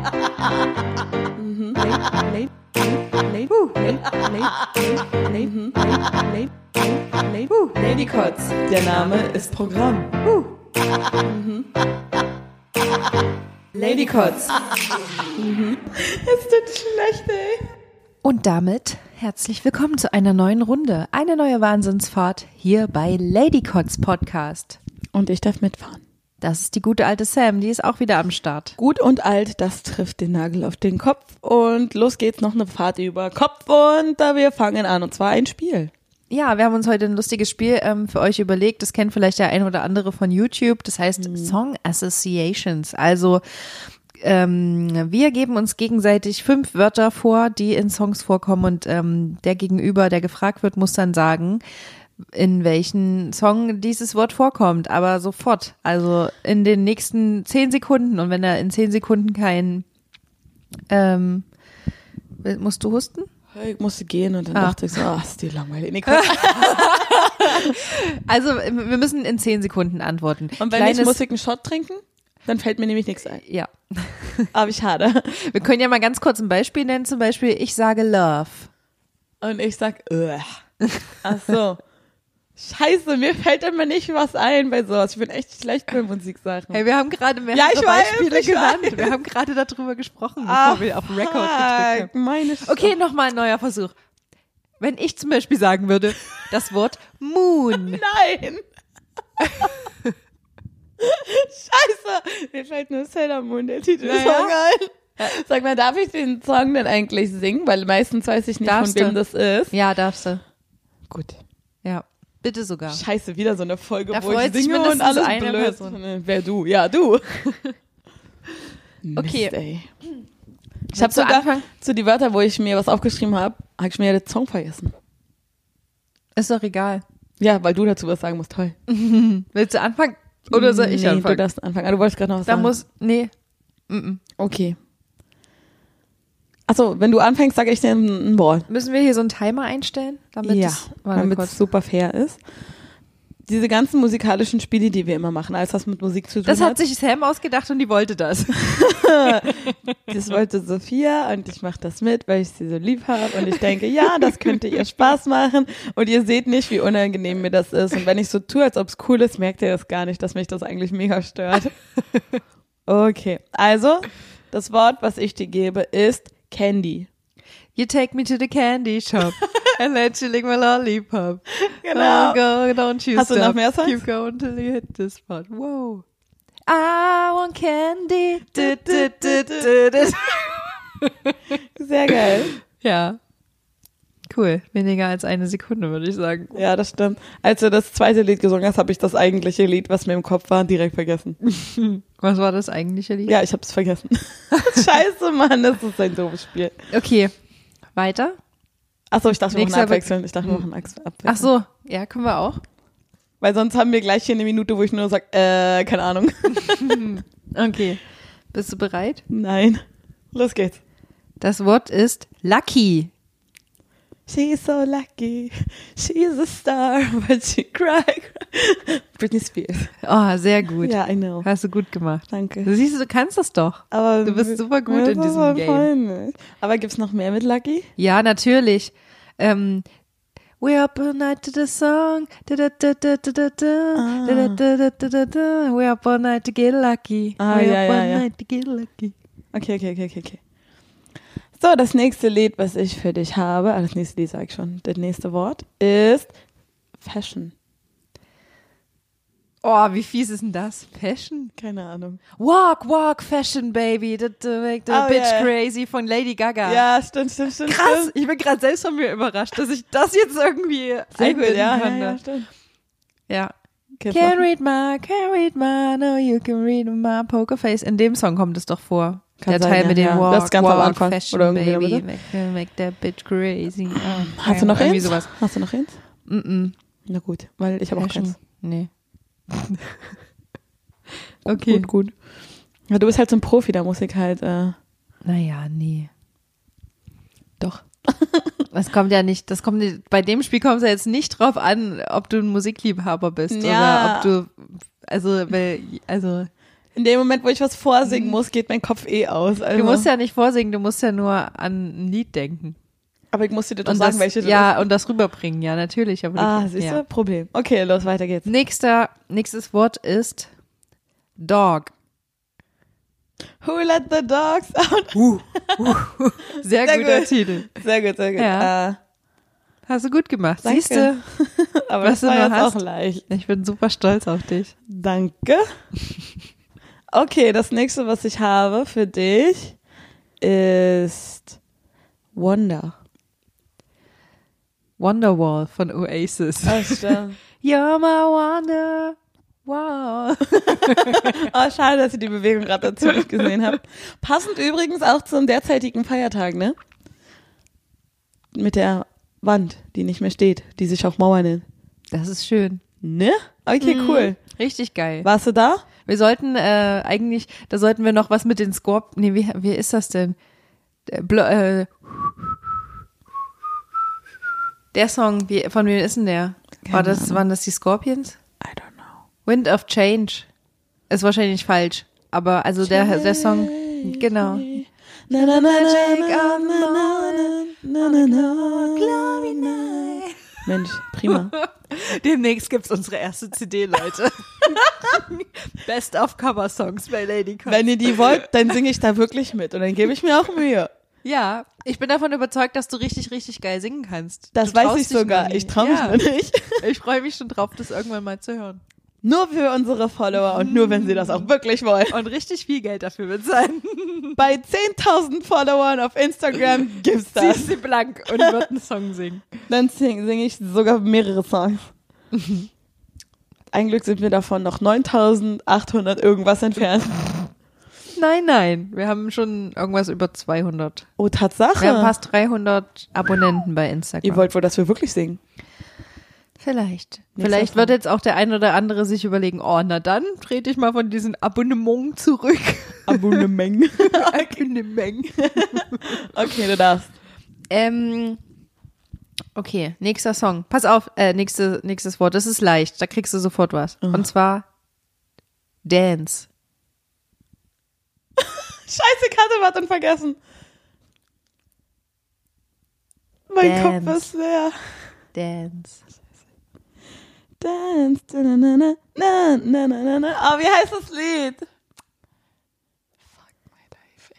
Ladycots, der Name ist Programm. Ladycots. Es tut schlecht, ey. Und damit herzlich willkommen zu einer neuen Runde. Eine neue Wahnsinnsfahrt hier bei Ladycots Podcast. Und ich darf mitfahren. Das ist die gute alte Sam, die ist auch wieder am Start. Gut und alt, das trifft den Nagel auf den Kopf. Und los geht's, noch eine Fahrt über Kopf und wir fangen an. Und zwar ein Spiel. Ja, wir haben uns heute ein lustiges Spiel für euch überlegt. Das kennt vielleicht der ein oder andere von YouTube. Das heißt Song Associations. Also wir geben uns gegenseitig 5 Wörter vor, die in Songs vorkommen. Und der Gegenüber, der gefragt wird, muss dann sagen, in welchen Song dieses Wort vorkommt, aber sofort, also in den nächsten 10 Sekunden und wenn er in 10 Sekunden kein, musst du husten? Ich musste gehen und dann dachte ich so, ist die langweilig. Also wir müssen in 10 Sekunden antworten. Und wenn ich muss ich einen Shot trinken, dann fällt mir nämlich nichts ein. Ja. Aber ich schade. Wir können ja mal ganz kurz ein Beispiel nennen, zum Beispiel ich sage Love. Und ich sag, ach so. Scheiße, mir fällt immer nicht was ein bei sowas. Ich bin echt schlecht bei Musiksachen. Hey, wir haben gerade mehrere Beispiele genannt. Wir haben gerade darüber gesprochen, bevor wir auf Record gedrückt haben. Okay, nochmal ein neuer Versuch. Wenn ich zum Beispiel sagen würde, das Wort Moon. Nein! Scheiße, mir fällt nur Sailor Moon, der Titel ist so geil. Sag mal, darf ich den Song denn eigentlich singen? Weil meistens weiß ich nicht, von wem das ist. Ja, darfst du. Gut. Ja. Bitte sogar. Scheiße, wieder so eine Folge, da wo ich singe und alles blöd. Wer du? Ja, du. Okay. Mist, ey. Ich habe sogar zu die Wörter, wo ich mir was aufgeschrieben habe ich mir den Song vergessen. Ist doch egal. Ja, weil du dazu was sagen musst. Toll. Willst du anfangen? Oder soll ich anfangen? Du darfst anfangen. Du wolltest gerade noch was sagen. Okay. Achso, wenn du anfängst, sage ich dir ein Wort. Müssen wir hier so einen Timer einstellen? Damit es super fair ist. Diese ganzen musikalischen Spiele, die wir immer machen, alles was mit Musik zu tun hat. Das hat sich Sam ausgedacht und die wollte das. Das wollte Sophia und ich mache das mit, weil ich sie so lieb habe und ich denke, ja, das könnte ihr Spaß machen und ihr seht nicht, wie unangenehm mir das ist und wenn ich so tue, als ob es cool ist, merkt ihr das gar nicht, dass mich das eigentlich mega stört. Okay, also das Wort, was ich dir gebe, ist Candy. You take me to the candy shop and let you lick my lollipop. Genau. Oh, go, don't you Hast stop. Du noch mehr Songs? Keep going till you hit the spot. Wow. I want candy. Sehr geil. Ja. Cool. Weniger als 1 Sekunde, würde ich sagen. Ja, das stimmt. Als du das zweite Lied gesungen hast, habe ich das eigentliche Lied, was mir im Kopf war, direkt vergessen. Was war das eigentliche Lied? Ja, ich habe es vergessen. Scheiße, Mann, das ist ein doofes Spiel. Okay, weiter? Achso, ich dachte, wir machen abwechseln. Abwechseln. Ach so, ja, können wir auch. Weil sonst haben wir gleich hier eine Minute, wo ich nur sage, keine Ahnung. Okay, bist du bereit? Nein, los geht's. Das Wort ist Lucky. She's so lucky, she's a star, but she cry. Britney Spears. Oh, sehr gut. Ja, I know. Hast du gut gemacht. Danke. Du siehst, du kannst das doch. Aber du bist super gut in diesem Game. Peinlich. Aber gibt's noch mehr mit Lucky? Ja, natürlich. We're up all night to the song. We're up all night to get lucky. We're up all night to get lucky. Okay. So, das nächste Lied, was ich für dich habe, das nächste Lied sage ich schon, das nächste Wort ist Fashion. Oh, wie fies ist denn das? Fashion? Keine Ahnung. Walk, Fashion, Baby, that make the bitch crazy von Lady Gaga. Ja, stimmt. Krass, ich bin gerade selbst von mir überrascht, dass ich das jetzt irgendwie einbinden kann. Ja, stimmt. Ja. Can't read my, no, you can read my poker face. In dem Song kommt es doch vor. Der Teil mit dem Walk, das ganz am Anfang. Fashion, oder Baby, make that bitch crazy. Hast du noch eins? Sowas. Hast du noch eins? Na gut, weil ich habe auch keins. Nee. Okay. Gut. Ja, du bist halt so ein Profi, da muss ich halt. Naja, nee. Doch. Das kommt ja nicht, bei dem Spiel kommt es ja jetzt nicht drauf an, ob du ein Musikliebhaber bist oder ob du, also In dem Moment, wo ich was vorsingen muss, geht mein Kopf aus. Also. Du musst ja nicht vorsingen, du musst ja nur an ein Lied denken. Aber ich muss dir doch sagen, welche du Ja, und das rüberbringen, ja, natürlich. Aber siehst du? Problem. Okay, los, weiter geht's. Nächstes Wort ist Dog. Who let the dogs out? Sehr guter Titel. Sehr gut. Ja. Hast du gut gemacht. Danke. Siehst du, Aber was das war du jetzt noch hast? auch leicht. Ich bin super stolz auf dich. Danke. Okay, das nächste, was ich habe für dich, ist Wonder. Wonderwall von Oasis. Oh, stimmt. You're my wonder. Wow. Oh, schade, dass ihr die Bewegung gerade dazu nicht gesehen habt. Passend übrigens auch zum derzeitigen Feiertag, ne? Mit der Wand, die nicht mehr steht, die sich auch Mauer nennt. Das ist schön. Ne? Okay, cool. Richtig geil. Warst du da? Wir sollten da sollten wir noch was mit den wie ist das denn? Der Song, von wem ist denn der? Waren das die Scorpions? I don't know. Wind of Change. Ist wahrscheinlich falsch. Aber also der Song, genau. Na, na, na, na, na, na. Mensch, prima. Demnächst gibt's unsere erste CD, Leute. Best of Cover Songs bei Lady Con. Wenn ihr die wollt, dann singe ich da wirklich mit und dann gebe ich mir auch Mühe. Ja, ich bin davon überzeugt, dass du richtig, richtig geil singen kannst. Das Du weiß traust ich dich sogar. noch nie. Ich traue mich Ja. noch nicht. Ich freue mich schon drauf, das irgendwann mal zu hören. Nur für unsere Follower und nur, wenn sie das auch wirklich wollen. Und richtig viel Geld dafür bezahlen. Bei 10.000 Followern auf Instagram gibt's das. Zieh sie blank und wird einen Song singen. Dann singe ich sogar mehrere Songs. Ein Glück sind wir davon noch 9.800 irgendwas entfernt. Nein. Wir haben schon irgendwas über 200. Oh, Tatsache. Wir haben fast 300 Abonnenten bei Instagram. Ihr wollt wohl, dass wir wirklich singen? Vielleicht. Nächster Vielleicht Song. wird jetzt auch der ein oder andere sich überlegen, oh, na dann trete ich mal von diesen Abonnement zurück. Abonnement. Abonnement. Okay, du darfst. Okay, nächster Song. Pass auf, nächstes Wort. Das ist leicht, da kriegst du sofort was. Und zwar Dance. Scheiße, ich hatte was und vergessen. Mein Dance. Kopf ist leer. Dance. Dance. Na, na, na, na, na, na, na, na. Oh, wie heißt das Lied? Fuck my life,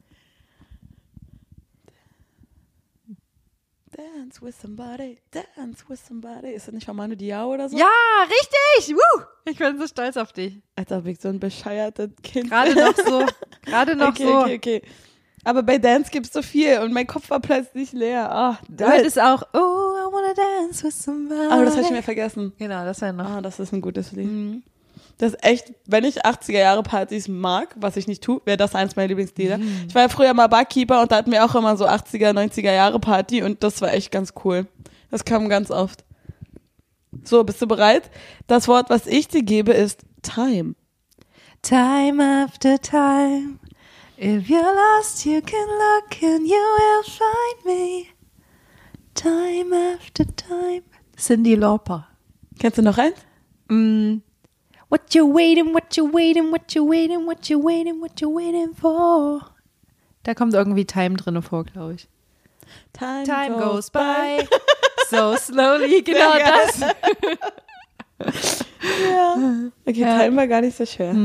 ey. Dance with somebody, dance with somebody. Ist das nicht von Manu Diao oder so? Ja, richtig! Ich bin so stolz auf dich. Als ob ich so ein bescheuertes Kind Gerade noch so. Okay. Aber bei Dance gibt's so viel und mein Kopf war plötzlich leer. Oh, Du hättest auch, oh, I wanna dance with somebody. aber das habe ich mir vergessen. Genau, das war noch. Ah, das ist ein gutes Lied. Das ist echt, wenn ich 80er-Jahre-Partys mag, was ich nicht tue, wäre das eins meiner Lieblingslieder. Ich war ja früher mal Barkeeper und da hatten wir auch immer so 80er, 90er-Jahre-Party und das war echt ganz cool. Das kam ganz oft. So, bist du bereit? Das Wort, was ich dir gebe, ist Time. Time after time. If you're lost, you can look and you will find me. Time after time. Cyndi Lauper. Kennst du noch eins? What you waiting, what you waiting, what you waiting, what you waiting, what you waiting for? Da kommt irgendwie Time drin vor, glaube ich. Time goes by so slowly. Genau Sehr das. Ja. Okay, Ja. Time war gar nicht so schwer.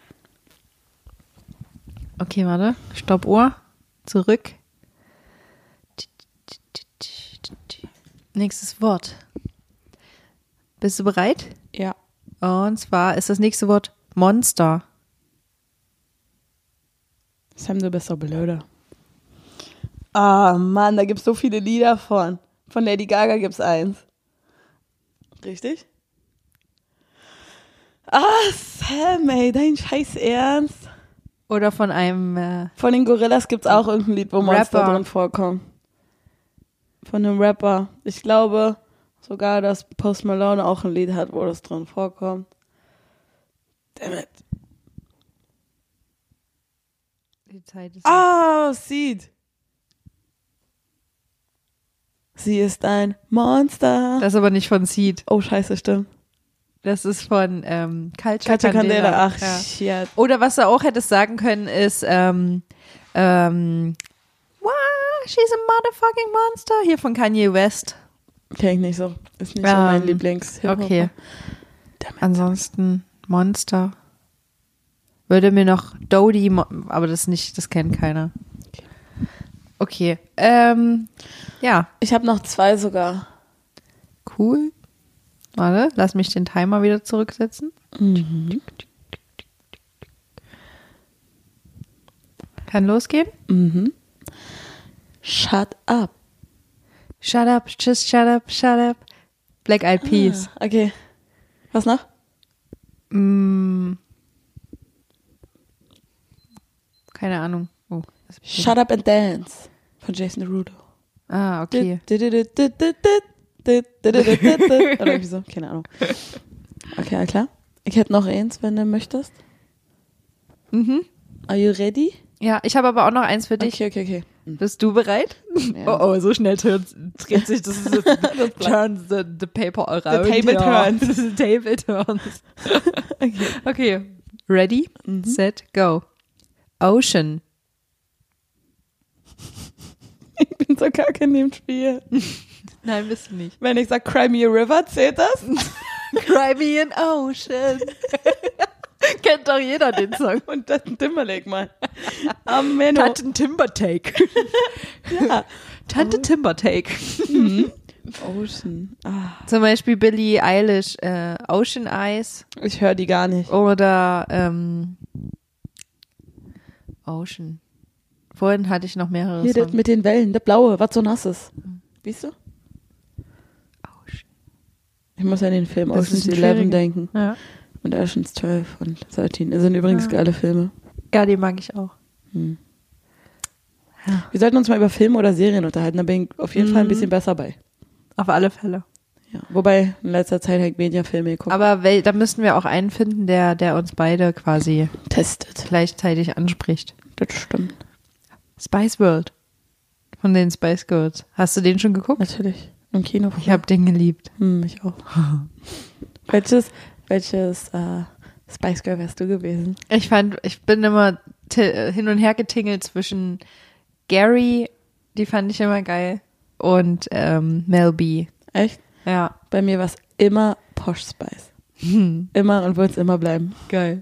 Okay, warte. Stoppuhr. Zurück. Nächstes Wort. Bist du bereit? Ja. Und zwar ist das nächste Wort Monster. Sam, du bist so blöde. Ah, Mann, da gibt's so viele Lieder von. Von Lady Gaga gibt's eins. Richtig? Ah, Sam, ey, dein scheiß Ernst. Oder von einem Von den Gorillas gibt's auch irgendein Lied, wo Monster Rapper. drin vorkommen. Von einem Rapper. Ich glaube sogar, dass Post Malone auch ein Lied hat, wo das drin vorkommt. Damn it. die Zeit ist Ah, Seed. Sie ist ein Monster. Das ist aber nicht von Seed. Oh, scheiße, stimmt. Das ist von Culture Katja Candela. Ach, ja. shit. Oder was du auch hättest sagen können, ist wow, she's a motherfucking monster. Hier von Kanye West. Kenn ich nicht so. Ist nicht so mein Lieblings. Okay. Ansonsten Monster. Würde mir noch Dodie, aber das kennt keiner. Okay. Ja. Ich habe noch 2 sogar. Cool. Warte, lass mich den Timer wieder zurücksetzen. Mhm. Kann losgehen? Mhm. Shut up. Shut up, just shut up, shut up. Black Eyed Peas. Okay. Was noch? Keine Ahnung. Oh, Shut up and dance von Jason Derulo. Ah, okay. Oder irgendwie so, keine Ahnung. Okay, alles klar. Ich hätte noch eins, wenn du möchtest. Mhm. Are you ready? Ja, ich habe aber auch noch eins für dich. Okay. Bist du bereit? Ja. Oh, so schnell dreht sich das turns the paper around. The table turns. The table turns. Okay. Ready, set, go. Ocean. Ich bin so kacke in dem Spiel. Nein, bist du nicht. Wenn ich sag Cry Me a River, zählt das? Cry me an ocean. Kennt doch jeder den Song. Und das Timberlake mal. Amen. Tante Timbertake. Ja. Tante Timbertake. Ocean. Ah. Zum Beispiel Billie Eilish, Ocean Eyes. Ich höre die gar nicht. Oder Ocean. Vorhin hatte ich noch mehrere Hier das Songs. mit den Wellen, der blaue, was so nass ist. Siehst du? Ocean. Ich muss an den Film Das ist Ocean's ein 11 schwieriger. denken. Ja. Und Ocean's 12 und 13. Das sind übrigens geile Filme. Ja, die mag ich auch. Wir sollten uns mal über Filme oder Serien unterhalten, da bin ich auf jeden Fall ein bisschen besser bei. Auf alle Fälle. Ja. Wobei, in letzter Zeit habe ich weniger Filme geguckt. Aber da müssten wir auch einen finden, der uns beide quasi Testet. gleichzeitig anspricht. Das stimmt. Spice World. Von den Spice Girls. Hast du den schon geguckt? Natürlich. Im Kino. Ich habe den geliebt. Ich auch. Welches Spice Girl wärst du gewesen? Ich bin immer hin und her getingelt zwischen Gary, die fand ich immer geil, und Mel B. Echt? Ja. Bei mir war es immer Posh Spice. Immer und wird es immer bleiben. Geil.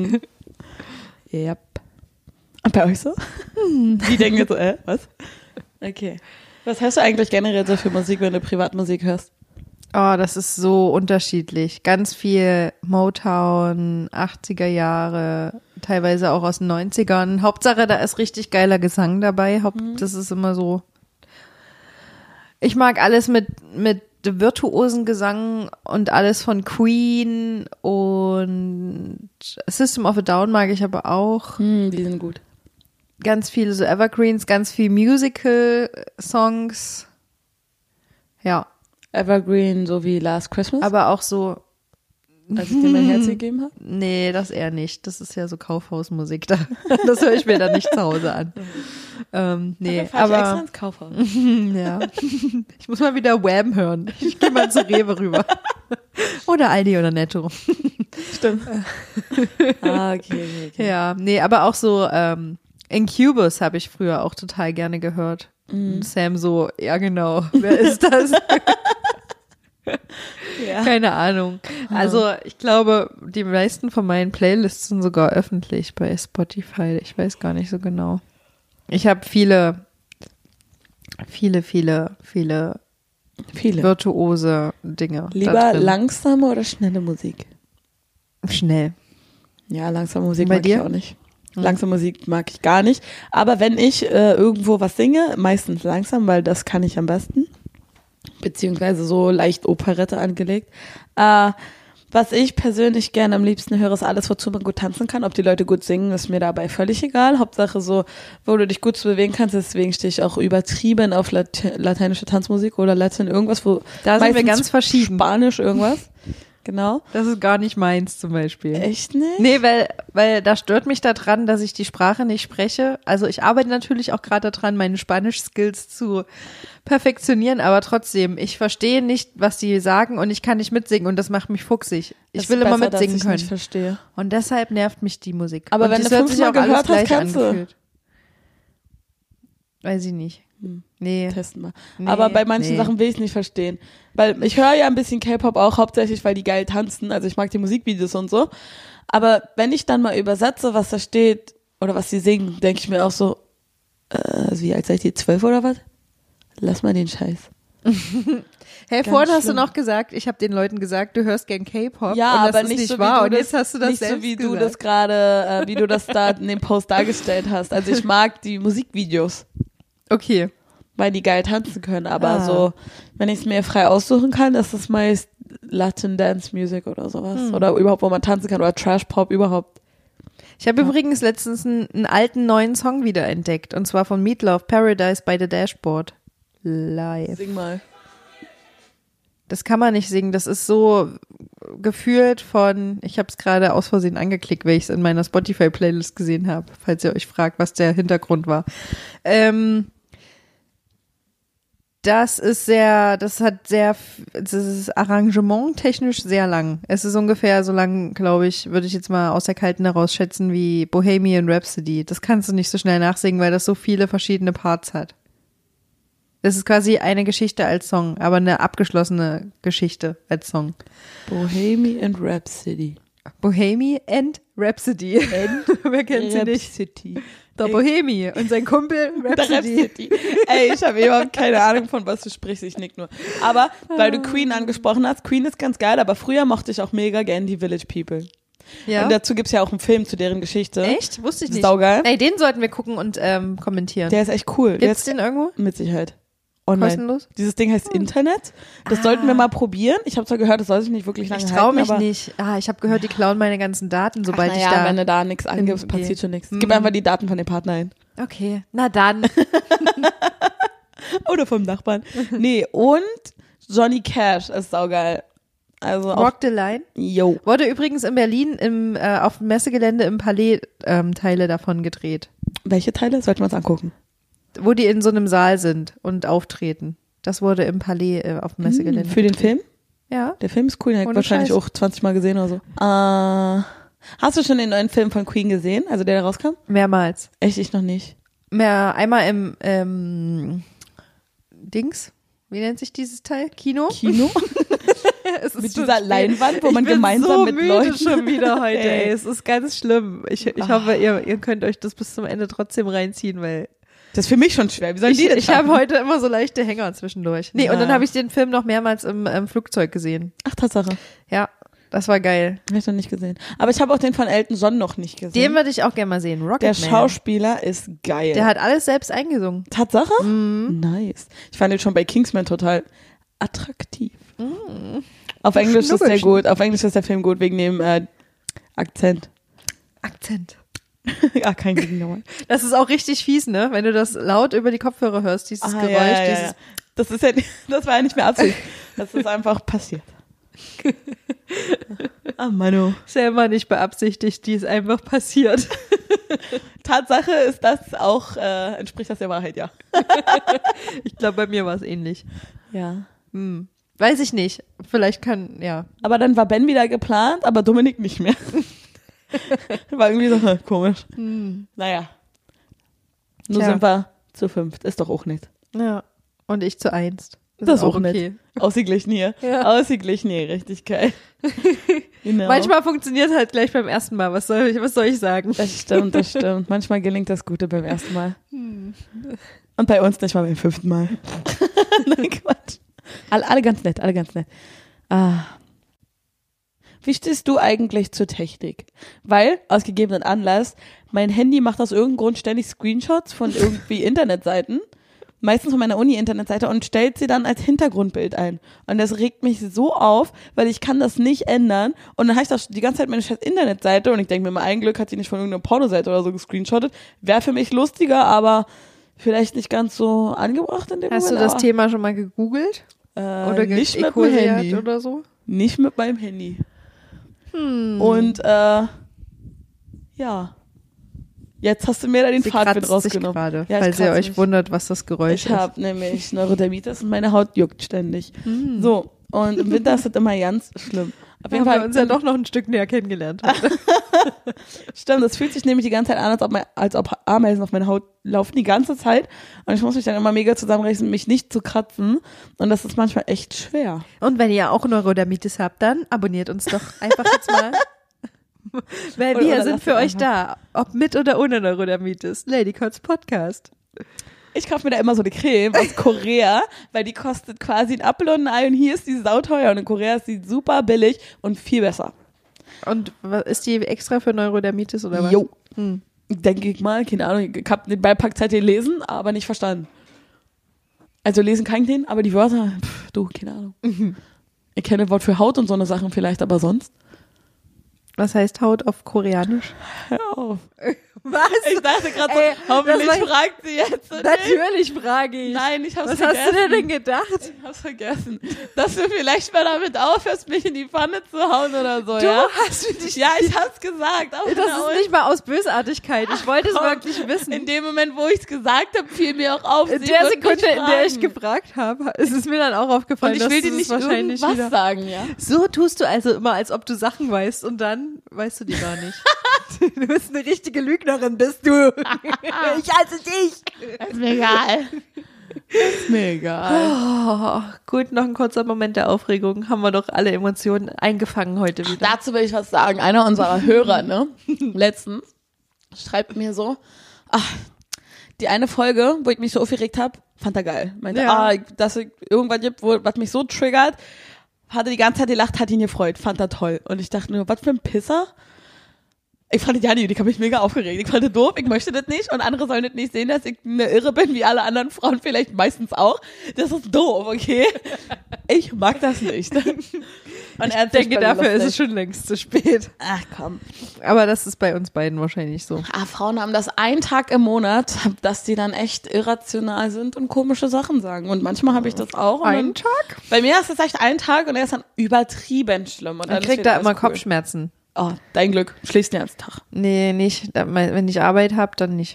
Yep. Und bei euch so? Die denken jetzt so, was? Okay. Was hörst du eigentlich generell so für Musik, wenn du Privatmusik hörst? Oh, das ist so unterschiedlich. Ganz viel Motown, 80er Jahre, teilweise auch aus den 90ern. Hauptsache, da ist richtig geiler Gesang dabei. Das ist immer so. Ich mag alles mit virtuosen Gesang und alles von Queen und System of a Down mag ich aber auch. Die sind gut. Ganz viele so Evergreens, ganz viel Musical-Songs. Ja. Evergreen, so wie Last Christmas, Aber auch so, als ich dir mein Herz gegeben habe. nee, das eher nicht. Das ist ja so Kaufhausmusik. Das höre ich mir dann nicht zu Hause an. Nee, Ich extra aber ins Kaufhaus. ja. Ich muss mal wieder Wham hören. Ich gehe mal zu Rewe rüber. Oder Aldi oder Netto. Stimmt. Okay. Ja, nee, aber auch so Incubus habe ich früher auch total gerne gehört. Und Sam so, ja genau, wer ist das? Ja. Keine Ahnung. Also ich glaube, die meisten von meinen Playlists sind sogar öffentlich bei Spotify. Ich weiß gar nicht so genau. Ich habe viele virtuose Dinge. da Lieber drin. langsame oder schnelle Musik? Schnell. Ja, langsame Musik Bei mag dir? ich auch nicht. Langsame Musik mag ich gar nicht. Aber wenn ich irgendwo was singe, meistens langsam, weil das kann ich am besten. Beziehungsweise so leicht Operette angelegt. Was ich persönlich gerne am liebsten höre, ist alles, wozu man gut tanzen kann. Ob die Leute gut singen, ist mir dabei völlig egal. Hauptsache so, wo du dich gut zu bewegen kannst. Deswegen stehe ich auch übertrieben auf lateinische Tanzmusik oder Latin irgendwas, wo Da sind wir meistens ganz verschieden. Spanisch irgendwas. genau. Das ist gar nicht meins zum Beispiel. Echt nicht? Nee, weil da stört mich daran, dass ich die Sprache nicht spreche. Also ich arbeite natürlich auch gerade daran, meine Spanisch-Skills zu perfektionieren, aber trotzdem, ich verstehe nicht, was die sagen und ich kann nicht mitsingen und das macht mich fuchsig. Ich will immer mitsingen dass ich können. Nicht verstehe. Und deshalb nervt mich die Musik. Aber und wenn das du hört sich 5-mal auch alles gehört hast, gleich kannst du. angefühlt. Weiß ich nicht. Nee. Testen mal. Nee, Aber bei manchen Sachen will ich es nicht verstehen. Weil ich höre ja ein bisschen K-Pop auch hauptsächlich, weil die geil tanzen. Also ich mag die Musikvideos und so. Aber wenn ich dann mal übersetze, was da steht oder was sie singen, denke ich mir auch so, wie alt seid ihr, 12 oder was? Lass mal den Scheiß. Hey, Ganz vorhin hast du schlimm. noch gesagt, ich habe den Leuten gesagt, du hörst gern K-Pop. Ja, und das aber ist nicht nicht so, wahr. wie Und du jetzt das, hast du das nicht selbst so, wie gesagt. du das gerade, wie du das da in dem Post dargestellt hast. Also ich mag die Musikvideos, Okay. weil die geil tanzen können. Aber so, wenn ich es mir frei aussuchen kann, ist das meist Latin Dance Music oder sowas. Oder überhaupt, wo man tanzen kann. Oder Trash Pop überhaupt. Ich habe übrigens letztens einen alten neuen Song wiederentdeckt. Und zwar von Meatloaf, Paradise by the Dashboard. Live. Sing mal. Das kann man nicht singen. Das ist so gefühlt von, ich habe es gerade aus Versehen angeklickt, weil ich es in meiner Spotify-Playlist gesehen habe, falls ihr euch fragt, was der Hintergrund war. Das ist arrangementtechnisch sehr lang. Es ist ungefähr so lang, glaube ich, würde ich jetzt mal aus der Kalten heraus schätzen, wie Bohemian Rhapsody. Das kannst du nicht so schnell nachsingen, weil das so viele verschiedene Parts hat. Es ist quasi eine Geschichte als Song, aber eine abgeschlossene Geschichte als Song. Bohemian Rhapsody. Bohemian and Rhapsody. Wer kennt sie nicht? Rhapsody. Der Bohemi und sein Kumpel Rhapsody. Rhapsody. Ey, ich habe überhaupt keine Ahnung, von was du sprichst, ich nick nur. Aber, weil du Queen angesprochen hast, Queen ist ganz geil, aber früher mochte ich auch mega gern die Village People. Ja. Und dazu gibt's ja auch einen Film zu deren Geschichte. Echt? Wusste ich nicht. Saugeil. Ey, den sollten wir gucken und kommentieren. Der ist echt cool. Gibt's den irgendwo? Mit Sicherheit. Online. Kostenlos? Dieses Ding heißt Internet. Das sollten wir mal probieren. Ich habe zwar gehört, das soll sich nicht wirklich lange Ich halten. traue mich aber nicht. Ich habe gehört, die klauen meine ganzen Daten, sobald ich da... wenn du da nichts angibst, hingehe. passiert schon nichts. Gib einfach die Daten von dem Partner ein. Okay, na dann. Oder vom Nachbarn. Nee, und Johnny Cash ist saugeil. Also auch, Walk the Line. yo. Wurde übrigens in Berlin auf dem Messegelände im Palais Teile davon gedreht. Welche Teile? Sollten wir uns angucken. Wo die in so einem Saal sind und auftreten. Das wurde im Palais auf dem Messegelände. Für den Film? Ja. Der Film ist cool, den habe ich Ohne wahrscheinlich Scheiß. auch 20 Mal gesehen oder so. Hast du schon den neuen Film von Queen gesehen? Also der rauskam? Mehrmals. Echt, ich noch nicht. Einmal im Dings. Wie nennt sich dieses Teil? Kino? Kino? Es ist Mit schon dieser spät. Leinwand, wo man Ich bin gemeinsam so mit müde Leuten... schon wieder heute, Ey. ey. Es ist ganz schlimm. Ich hoffe, ihr könnt euch das bis zum Ende trotzdem reinziehen, weil Das ist für mich schon schwer. Wie sollen die denn ich habe schaffen? heute immer so leichte Hänger zwischendurch. Nee, Ja. und dann habe ich den Film noch mehrmals im Flugzeug gesehen. Ach, Tatsache. Ja, das war geil. Habe ich noch nicht gesehen. Aber ich habe auch den von Elton John noch nicht gesehen. Den würde ich auch gerne mal sehen. Der Rocketman. Schauspieler ist geil. Der hat alles selbst eingesungen. Tatsache? Nice. Ich fand den schon bei Kingsman total attraktiv. Auf Englisch ist der Schnuckelchen. gut. Auf Englisch ist der Film gut wegen dem Akzent. Akzent. Ja, kein Gegenteil. Das ist auch richtig fies, ne? Wenn du das laut über die Kopfhörer hörst, dieses Geräusch, dieses Das ist ja, das war ja nicht mehr Absicht. Das ist einfach passiert. Ah, Manu. ist ja immer nicht beabsichtigt, die ist einfach passiert. Tatsache ist das auch, entspricht das der Wahrheit, ja. Ich glaube, bei mir war es ähnlich. Ja. Weiß ich nicht. Vielleicht ja. Aber dann war Ben wieder geplant, aber Dominik nicht mehr. War irgendwie so komisch. Naja. Nur Tja. sind wir zu 5. Ist doch auch nicht. Ja. Und ich zu 1. Das ist auch okay. Ausgeglichen hier. Ja. Ausgeglichen hier, richtig geil. Genau. Manchmal funktioniert halt gleich beim ersten Mal. Was soll ich sagen? Das stimmt, das stimmt. Manchmal gelingt das Gute beim ersten Mal. Und bei uns nicht mal beim 5. Mal. Nein, Quatsch. Alle ganz nett, alle ganz nett. Wie stehst du eigentlich zur Technik? Weil, aus gegebenen Anlass, mein Handy macht aus irgendeinem Grund ständig Screenshots von irgendwie Internetseiten, meistens von meiner Uni-Internetseite, und stellt sie dann als Hintergrundbild ein. Und das regt mich so auf, weil ich kann das nicht ändern. Und dann habe ich das die ganze Zeit meine scheiß Internetseite und ich denke mir, mein ein Glück hat sie nicht von irgendeiner Pornoseite oder so gescreenshottet. Wäre für mich lustiger, aber vielleicht nicht ganz so angebracht in dem Hast du Moment. das Thema schon mal gegoogelt? Oder nicht mit dem geekuriert Handy. oder so? nicht mit meinem Handy. Und ja, jetzt hast du mir da den Sie Faden kratzt rausgenommen. sich gerade, Ja, ich falls ihr kratze euch mich. wundert, was das Geräusch Ich ist. habe nämlich Neurodermitis und meine Haut juckt ständig. So, und im Winter ist das immer ganz schlimm. Auf jeden Haben Fall wir uns ja doch noch ein Stück näher kennengelernt heute. Stimmt, das fühlt sich nämlich die ganze Zeit an, als ob Ameisen auf meine Haut laufen, die ganze Zeit. Und ich muss mich dann immer mega zusammenreißen, mich nicht zu kratzen. Und das ist manchmal echt schwer. Und wenn ihr auch Neurodermitis habt, dann abonniert uns doch einfach jetzt mal. Weil Oder wir sind lasst für es euch einfach. da, ob mit oder ohne Neurodermitis. Ladycots Podcast. Ich kaufe mir da immer so eine Creme aus Korea, weil die kostet quasi ein Apfel und ein Ei und hier ist die sauteuer und in Korea ist die super billig und viel besser. Und ist die extra für Neurodermitis oder was? Jo. Denke ich mal, keine Ahnung, ich habe den Beipackzettel gelesen, aber nicht verstanden. Also lesen kann ich den, aber die Wörter, du, keine Ahnung. Ich kenne das Wort für Haut und so eine Sachen vielleicht, aber sonst. Was heißt Haut auf Koreanisch? Hör auf. Was? Ich dachte gerade Ey, so, hoffentlich das war- fragt sie jetzt. Und Natürlich frage ich. Nein, ich hab's Was vergessen. hast du dir denn gedacht? Ich hab's vergessen. Dass du vielleicht mal damit aufhörst, mich in die Pfanne zu hauen oder so, Du ja? hast mich Ja, ich hab's gesagt. Auch Das ist nicht mal aus Bösartigkeit. Ich wollte es wirklich wissen. In dem Moment, wo ich's gesagt habe, fiel mir auch auf. In sie der wird Sekunde, mich in der ich fragen. gefragt habe, ist es mir dann auch aufgefallen, Und ich will dass dir du nicht es wahrscheinlich irgendwas wieder... sagen, ja? So tust du also immer, als ob du Sachen weißt und dann weißt du die gar nicht. Du bist eine richtige Lügnerin, bist du. Ich hasse dich. Ist mir egal. Ist mir egal. Oh, gut, noch ein kurzer Moment der Aufregung. Haben wir doch alle Emotionen eingefangen heute wieder. Dazu will ich was sagen. Einer unserer Hörer, ne, letztens schreibt mir so, die eine Folge, wo ich mich so aufgeregt habe, fand er geil. Meinte, Ja. dass es irgendwas gibt, was mich so triggert, hatte die ganze Zeit gelacht, hat ihn gefreut, fand er toll. Und ich dachte nur, was für ein Pisser. Ich fand das ja nicht, ich habe mich mega aufgeregt. Ich fand das doof, ich möchte das nicht und andere sollen das nicht sehen, dass ich eine Irre bin, wie alle anderen Frauen vielleicht meistens auch. Das ist doof, okay? Ich mag das nicht. Und Ich denke, dafür ist es schon längst zu spät. Ach komm. Aber das ist bei uns beiden wahrscheinlich so. Frauen haben das einen Tag im Monat, dass die dann echt irrational sind und komische Sachen sagen. Und manchmal habe ich das auch. Und dann, Tag? bei mir ist es echt ein Tag und er ist dann übertrieben schlimm. Und Dann ist kriegt wieder er immer alles cool. Kopfschmerzen. Oh, dein Glück. Schläfst den ganzen Tag. Nee, nicht. Wenn ich Arbeit habe, dann nicht.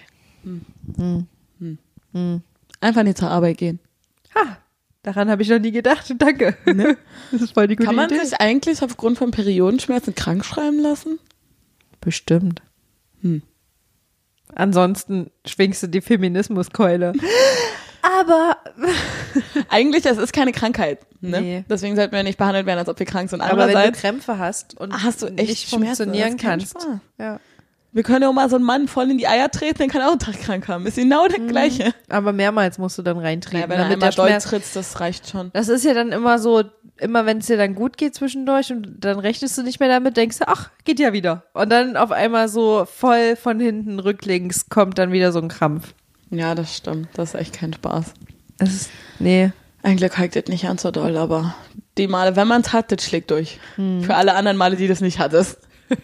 Einfach nicht zur Arbeit gehen. Ha, daran habe ich noch nie gedacht. Danke. Das ist voll die gute Kann man Idee. sich eigentlich aufgrund von Periodenschmerzen krank schreiben lassen? Bestimmt. Andersonsten schwingst du die Feminismuskeule. Aber Eigentlich, das ist keine Krankheit. Ne? Nee. Deswegen sollten wir nicht behandelt werden, als ob wir krank sind. wenn du Andererseits Krämpfe hast und hast du echt nicht Schmerzen, funktionieren das ist kein kannst. Spaß. Ja. wir können ja auch mal so einen Mann voll in die Eier treten, dann kann er auch einen Tag krank haben. Ist genau das Gleiche. Aber mehrmals musst du dann reintreten. Ja, wenn du damit einmal der Schmerz, durchtrittst, das reicht schon. das ist ja dann immer so, immer wenn es dir dann gut geht zwischendurch und dann rechnest du nicht mehr damit, denkst du, ach, geht ja wieder. Und dann auf einmal so voll von hinten rücklings kommt dann wieder so ein Krampf. Ja, das stimmt. Das ist echt kein Spaß. Nee. Eigentlich hakt das nicht ganz so doll, aber die Male, wenn man es hat, das schlägt durch. Für alle anderen Male, die das nicht hattest.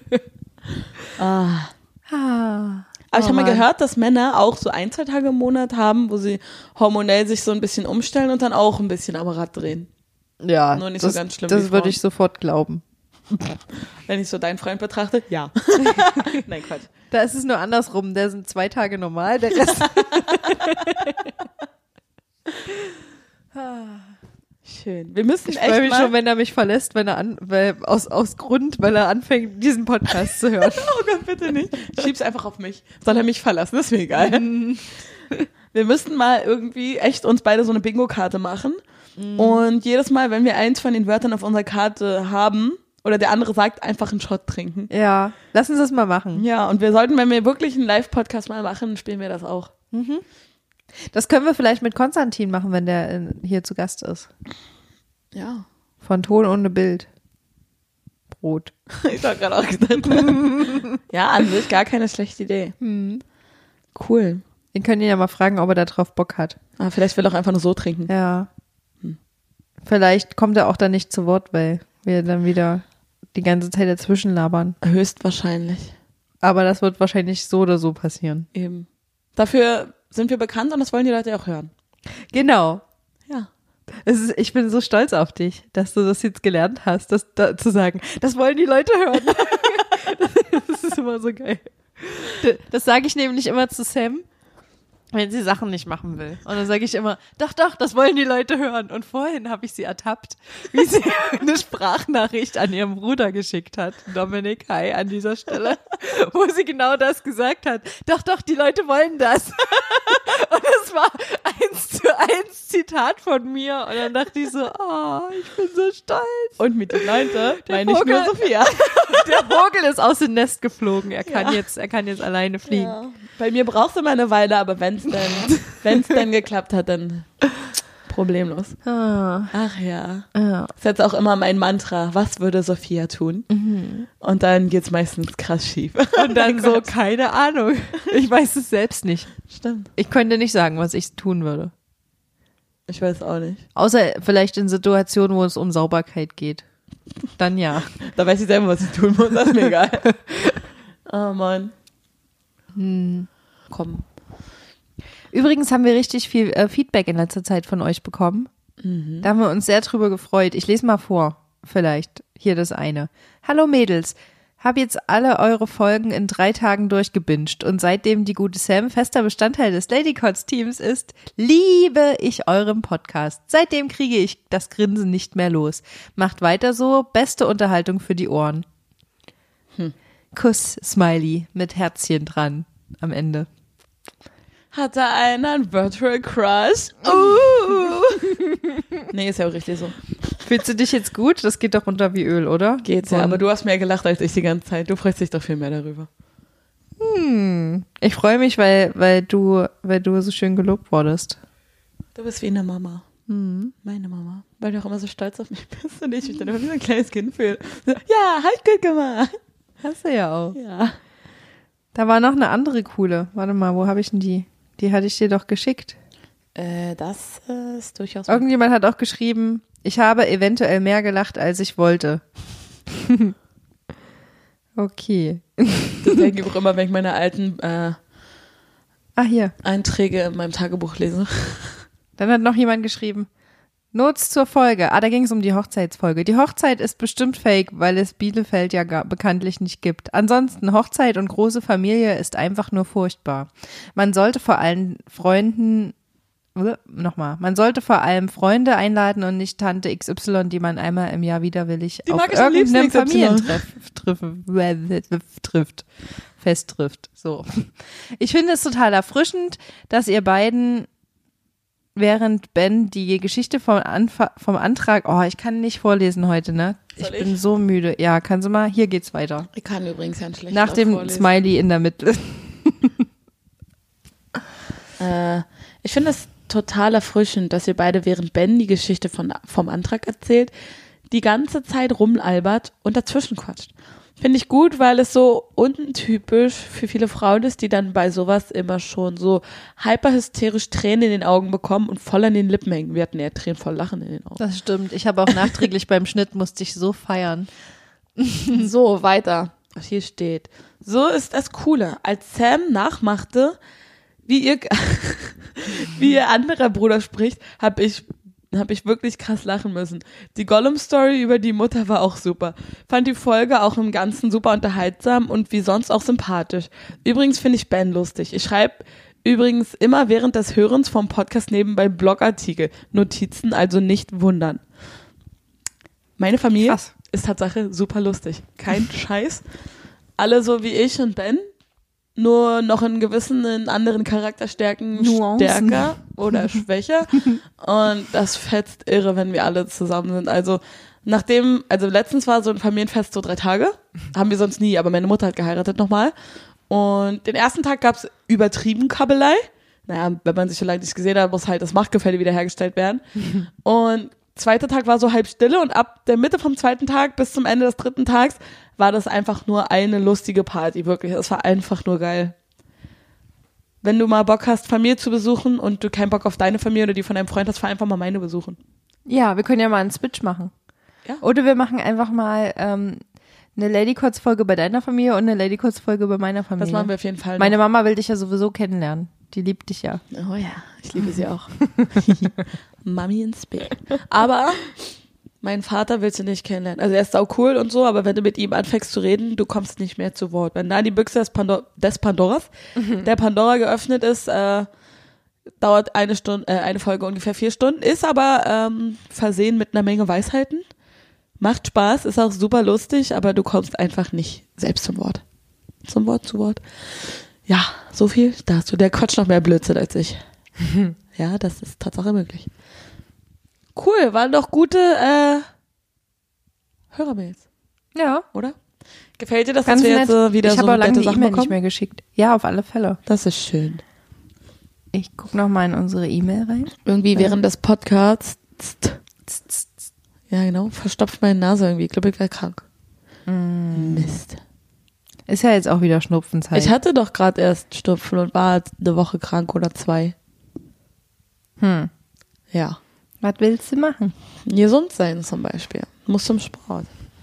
Aber ich habe mal gehört, dass Männer auch so 1-2 Tage im Monat haben, wo sie hormonell sich so ein bisschen umstellen und dann auch ein bisschen am Rad drehen. Ja, Nur nicht das, so ganz schlimm wie das würde Frauen. ich sofort glauben. Wenn ich so deinen Freund betrachte, ja. Nein, Quatsch. Da ist es nur andersrum. Der sind 2 Tage normal, der Rest. Schön. Wir müssen Ich echt freue mich mal... schon, wenn er mich verlässt, wenn er aus Grund, weil er anfängt, diesen Podcast zu hören. Oh Gott, bitte nicht. Schieb's einfach auf mich. Soll er mich verlassen? Das ist mir egal. Wir müssten mal irgendwie echt uns beide so eine Bingo-Karte machen. Und jedes Mal, wenn wir eins von den Wörtern auf unserer Karte haben, oder der andere sagt, einfach einen Shot trinken. Ja, lass uns das mal machen. Ja, und wir sollten, wenn wir wirklich einen Live-Podcast mal machen, spielen wir das auch. Das können wir vielleicht mit Konstantin machen, wenn der hier zu Gast ist. Ja. Von Ton ohne Bild. Brot. Ich habe gerade auch gedacht. Ja, an sich gar keine schlechte Idee. Cool. Wir können ihn ja mal fragen, ob er da drauf Bock hat. Aber vielleicht will er auch einfach nur so trinken. Ja. Vielleicht kommt er auch dann nicht zu Wort, weil wir dann wieder die ganze Zeit dazwischen labern. Höchstwahrscheinlich. Aber das wird wahrscheinlich so oder so passieren. Eben. Dafür sind wir bekannt und das wollen die Leute auch hören. Genau. Ja. Ich bin so stolz auf dich, dass du das jetzt gelernt hast, zu sagen, das wollen die Leute hören. Das ist immer so geil. Das sage ich nämlich immer zu Sam, wenn sie Sachen nicht machen will. Und dann sage ich immer, doch, das wollen die Leute hören. Und vorhin habe ich sie ertappt, wie sie eine Sprachnachricht an ihrem Bruder geschickt hat. Dominik, hi an dieser Stelle, wo sie genau das gesagt hat. Doch, die Leute wollen das. Und es war 1:1 Zitat von mir. Und dann dachte ich so, ich bin so stolz. Und mit den Leuten meine ich nur Sophia. Der Vogel ist aus dem Nest geflogen. Er kann jetzt alleine fliegen. Ja. Bei mir brauchst du mal eine Weile, aber wenn es dann geklappt hat, dann problemlos. Ach ja. Das ist jetzt auch immer mein Mantra. Was würde Sophia tun? Und dann geht's meistens krass schief. Und dann so, keine Ahnung. Ich weiß es selbst nicht. Stimmt. Ich könnte nicht sagen, was ich tun würde. Ich weiß auch nicht. Außer vielleicht in Situationen, wo es um Sauberkeit geht. Dann ja. Da weiß ich selber, was ich tun muss. Das ist mir egal. Oh Mann. Komm. Übrigens haben wir richtig viel Feedback in letzter Zeit von euch bekommen. Da haben wir uns sehr drüber gefreut. Ich lese mal vor, vielleicht. Hier das eine. Hallo Mädels. Hab jetzt alle eure Folgen in 3 Tagen durchgebinged und seitdem die gute Sam fester Bestandteil des Ladycots-Teams ist, liebe ich euren Podcast. Seitdem kriege ich das Grinsen nicht mehr los. Macht weiter so, beste Unterhaltung für die Ohren. Kuss, Smiley, mit Herzchen dran am Ende. Hatte einer einen Virtual Crush? Nee, ist ja auch richtig so. Fühlst du dich jetzt gut? Das geht doch runter wie Öl, oder? Geht's ja, aber du hast mehr gelacht als ich die ganze Zeit. Du freust dich doch viel mehr darüber. Ich freue mich, weil du so schön gelobt wurdest. Du bist wie eine Mama. Meine Mama. Weil du auch immer so stolz auf mich bist und ich mich dann immer wie so ein kleines Kind fühle. So, ja, hab ich gut gemacht. Hast du ja auch. Ja. Da war noch eine andere coole. Warte mal, wo habe ich denn die? Die hatte ich dir doch geschickt. Das ist durchaus... Irgendjemand hat auch geschrieben, ich habe eventuell mehr gelacht, als ich wollte. Okay. Das denke ich auch immer, wenn ich meine alten hier. Einträge in meinem Tagebuch lese. Dann hat noch jemand geschrieben, Notes zur Folge. Da ging es um die Hochzeitsfolge. Die Hochzeit ist bestimmt fake, weil es Bielefeld ja bekanntlich nicht gibt. Ansonsten, Hochzeit und große Familie ist einfach nur furchtbar. Man sollte vor allem Freunde einladen und nicht Tante XY, die man einmal im Jahr widerwillig auf irgendeinem Fest trifft. So. Ich finde es total erfrischend, dass ihr beiden während Ben die Geschichte vom Antrag, ich kann nicht vorlesen heute, ne? Ich bin so müde. Ja, kannst du mal? Hier geht's weiter. Ich kann übrigens ja schlecht nach dem vorlesen. Smiley in der Mitte. Ich finde es total erfrischend, dass ihr beide, während Ben die Geschichte vom Antrag erzählt, die ganze Zeit rumalbert und dazwischen quatscht. Finde ich gut, weil es so untypisch für viele Frauen ist, die dann bei sowas immer schon so hyperhysterisch Tränen in den Augen bekommen und voll an den Lippen hängen. Wir hatten ja Tränen voll Lachen in den Augen. Das stimmt. Ich habe auch nachträglich beim Schnitt musste ich so feiern. So, weiter. Hier steht. So ist das Coole. Als Sam nachmachte, wie ihr anderer Bruder spricht, habe ich wirklich krass lachen müssen. Die Gollum-Story über die Mutter war auch super. Fand die Folge auch im Ganzen super unterhaltsam und wie sonst auch sympathisch. Übrigens finde ich Ben lustig. Ich schreibe übrigens immer während des Hörens vom Podcast nebenbei Blogartikel. Notizen, also nicht wundern. Meine Familie ist Tatsache super lustig. Kein Scheiß. Alle so wie ich und Ben. Nur noch in anderen Charakterstärken stärker oder schwächer. Und das fetzt irre, wenn wir alle zusammen sind. Also letztens war so ein Familienfest so 3 Tage. Haben wir sonst nie, aber meine Mutter hat geheiratet nochmal. Und den ersten Tag gab's übertrieben Kabelei. Naja, wenn man sich so lange nicht gesehen hat, muss halt das Machtgefälle wiederhergestellt werden. Und zweiter Tag war so halb Stille und ab der Mitte vom 2. Tag bis zum Ende des 3. Tags war das einfach nur eine lustige Party, wirklich. Es war einfach nur geil. Wenn du mal Bock hast, Familie zu besuchen und du keinen Bock auf deine Familie oder die von deinem Freund hast, fahr einfach mal meine besuchen. Ja, wir können ja mal einen Switch machen. Ja. Oder wir machen einfach mal eine Ladycots-Folge bei deiner Familie und eine Ladycots-Folge bei meiner Familie. Das machen wir auf jeden Fall noch. Meine Mama will dich ja sowieso kennenlernen. Die liebt dich ja. Oh ja, ich liebe sie auch. Mami ins Bett. Aber mein Vater willst du nicht kennenlernen. Also er ist sau cool und so, aber wenn du mit ihm anfängst zu reden, du kommst nicht mehr zu Wort. Wenn da die Büchse des Pandoras, der Pandora geöffnet ist, dauert eine Folge ungefähr 4 Stunden, ist aber versehen mit einer Menge Weisheiten. Macht Spaß, ist auch super lustig, aber du kommst einfach nicht selbst zum Wort. Zu Wort. Ja, so viel dazu. Der quatscht noch mehr Blödsinn als ich. Ja, das ist Tatsache möglich. Cool, waren doch gute Hörermails. Ja. Oder? Gefällt dir das, Ganz dass wir nett. jetzt wieder ich so habe auch lange nette die Sachen E-Mail bekommen? nicht mehr geschickt. Ja, auf alle Fälle. Das ist schön. Ich gucke nochmal in unsere E-Mail rein. Irgendwie während des Podcasts, ja genau, verstopft meine Nase irgendwie. Ich glaube, ich wäre krank. Mist. Ist ja jetzt auch wieder Schnupfenzeit. Ich hatte doch gerade erst Schnupfen und war eine Woche krank oder 2. Ja. Was willst du machen? Gesund sein zum Beispiel. Muss zum Sport.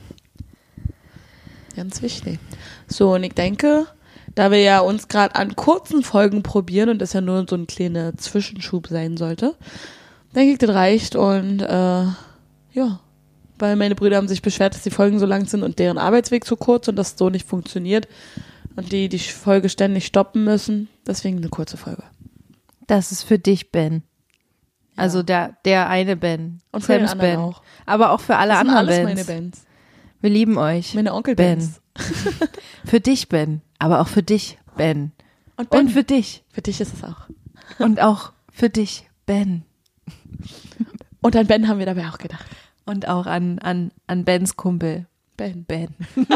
Ganz wichtig. So, und ich denke, da wir ja uns gerade an kurzen Folgen probieren und das ja nur so ein kleiner Zwischenschub sein sollte, denke ich, das reicht. Und ja, weil meine Brüder haben sich beschwert, dass die Folgen so lang sind und deren Arbeitsweg so kurz und das so nicht funktioniert und die Folge ständig stoppen müssen. Deswegen eine kurze Folge. Das ist für dich, Ben. Ja. Also der eine Ben. Und für den Sams anderen Ben. auch. Aber auch für alle Das sind anderen alles Bens. meine Bands. Wir lieben euch. Meine Onkel Ben. Bands. Für dich, Ben. Aber auch für dich, Ben. Und Ben. Und für dich. Für dich ist es auch. Und auch für dich, Ben. Und an Ben haben wir dabei auch gedacht. Und auch an Bens Kumpel. Ben. Ben.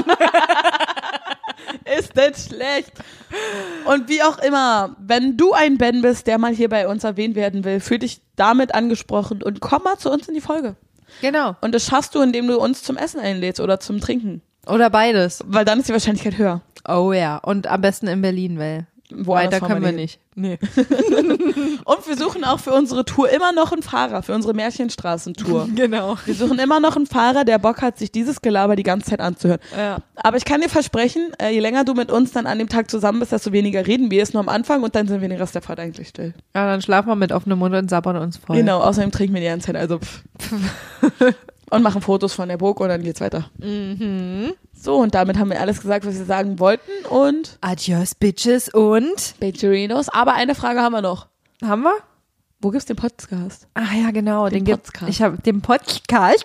Ist das schlecht? Und wie auch immer, wenn du ein Ben bist, der mal hier bei uns erwähnt werden will, fühl dich damit angesprochen und komm mal zu uns in die Folge. Genau. Und das schaffst du, indem du uns zum Essen einlädst oder zum Trinken. Oder beides. Weil dann ist die Wahrscheinlichkeit höher. Oh ja. Und am besten in Berlin, weil Woanders weiter fahren können wir wir nicht. Nee. Und wir suchen auch für unsere Tour immer noch einen Fahrer, für unsere Märchenstraßentour. Genau. Wir suchen immer noch einen Fahrer, der Bock hat, sich dieses Gelaber die ganze Zeit anzuhören. Ja. Aber ich kann dir versprechen, je länger du mit uns dann an dem Tag zusammen bist, desto weniger reden wir. Ist nur am Anfang und dann sind wir den Rest der Fahrt eigentlich still. Ja, dann schlafen wir mit offenem Mund und sabbern uns voll. Genau, außerdem trinken wir die ganze Zeit, also und machen Fotos von der Burg und dann geht's weiter. So, und damit haben wir alles gesagt, was wir sagen wollten und Adios, Bitches und Bacherinos. Aber eine Frage haben wir noch. haben wir? Wo gibt's den Podcast? Ah ja, genau, Den den gibt Podcast. ich habe den Podcast.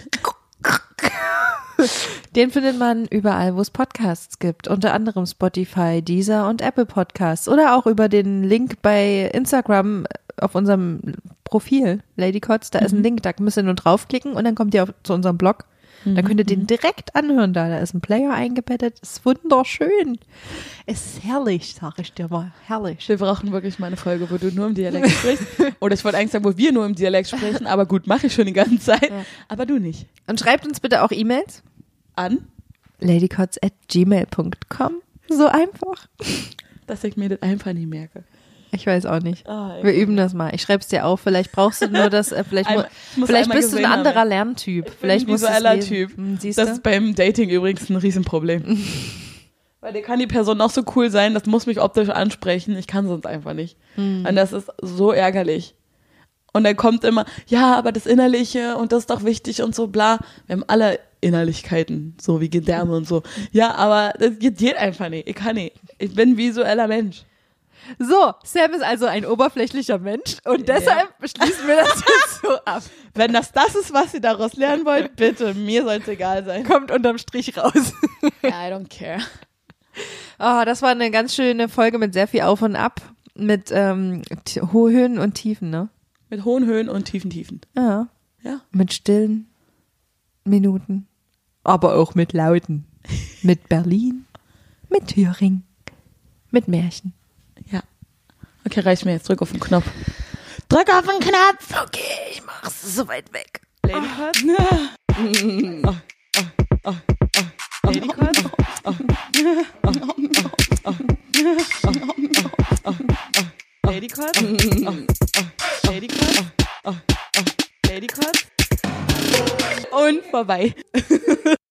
Den findet man überall, wo es Podcasts gibt, unter anderem Spotify, Deezer und Apple Podcasts oder auch über den Link bei Instagram auf unserem Profil Lady Kotz, da ist ein Link, da müsst ihr nur draufklicken und dann kommt ihr zu unserem Blog. Da könnt ihr den direkt anhören, da ist ein Player eingebettet, ist wunderschön. Ist herrlich, sag ich dir mal, herrlich. Wir brauchen wirklich mal eine Folge, wo du nur im Dialekt sprichst. Oder ich wollte eigentlich sagen, wo wir nur im Dialekt sprechen, aber gut, mache ich schon die ganze Zeit. Ja. Aber du nicht. Und schreibt uns bitte auch E-Mails. An, ladycots@gmail.com. So einfach. dass ich mir das einfach nicht merke. Ich weiß auch nicht. Ah, Wir üben das mal. Ich schreib's dir auf. Vielleicht brauchst du nur das, vielleicht Ich muss vielleicht einmal bist du ein gesehen anderer haben. Lerntyp. Ich bin Vielleicht ein musst du es visueller lesen. Typ. Siehst Das du? ist beim Dating übrigens ein Riesenproblem. Weil dir kann die Person noch so cool sein, das muss mich optisch ansprechen. Ich kann sonst einfach nicht. Und das ist so ärgerlich. Und dann kommt immer, ja, aber das Innerliche und das ist doch wichtig und so bla. Wir haben alle Innerlichkeiten, so wie Gedärme und so. Ja, aber das geht einfach nicht. Ich kann nicht. Ich bin ein visueller Mensch. So, Sam ist also ein oberflächlicher Mensch und deshalb schließen wir das jetzt so ab. Wenn das ist, was ihr daraus lernen wollt, bitte, mir soll es egal sein. Kommt unterm Strich raus. I don't care. Oh, das war eine ganz schöne Folge mit sehr viel Auf und Ab, mit Höhen und Tiefen, ne? Mit hohen Höhen und tiefen Tiefen. Ja. Ja. Mit stillen Minuten, aber auch mit lauten. Mit Berlin, mit Thüringen, mit Märchen. Ja. Okay, reicht mir jetzt. Drück auf den Knopf. Drück auf den Knopf! Okay, ich mach's so weit weg. Ladycut? Ladycut? Ladycut? Ladycut? Ladycut? Und vorbei.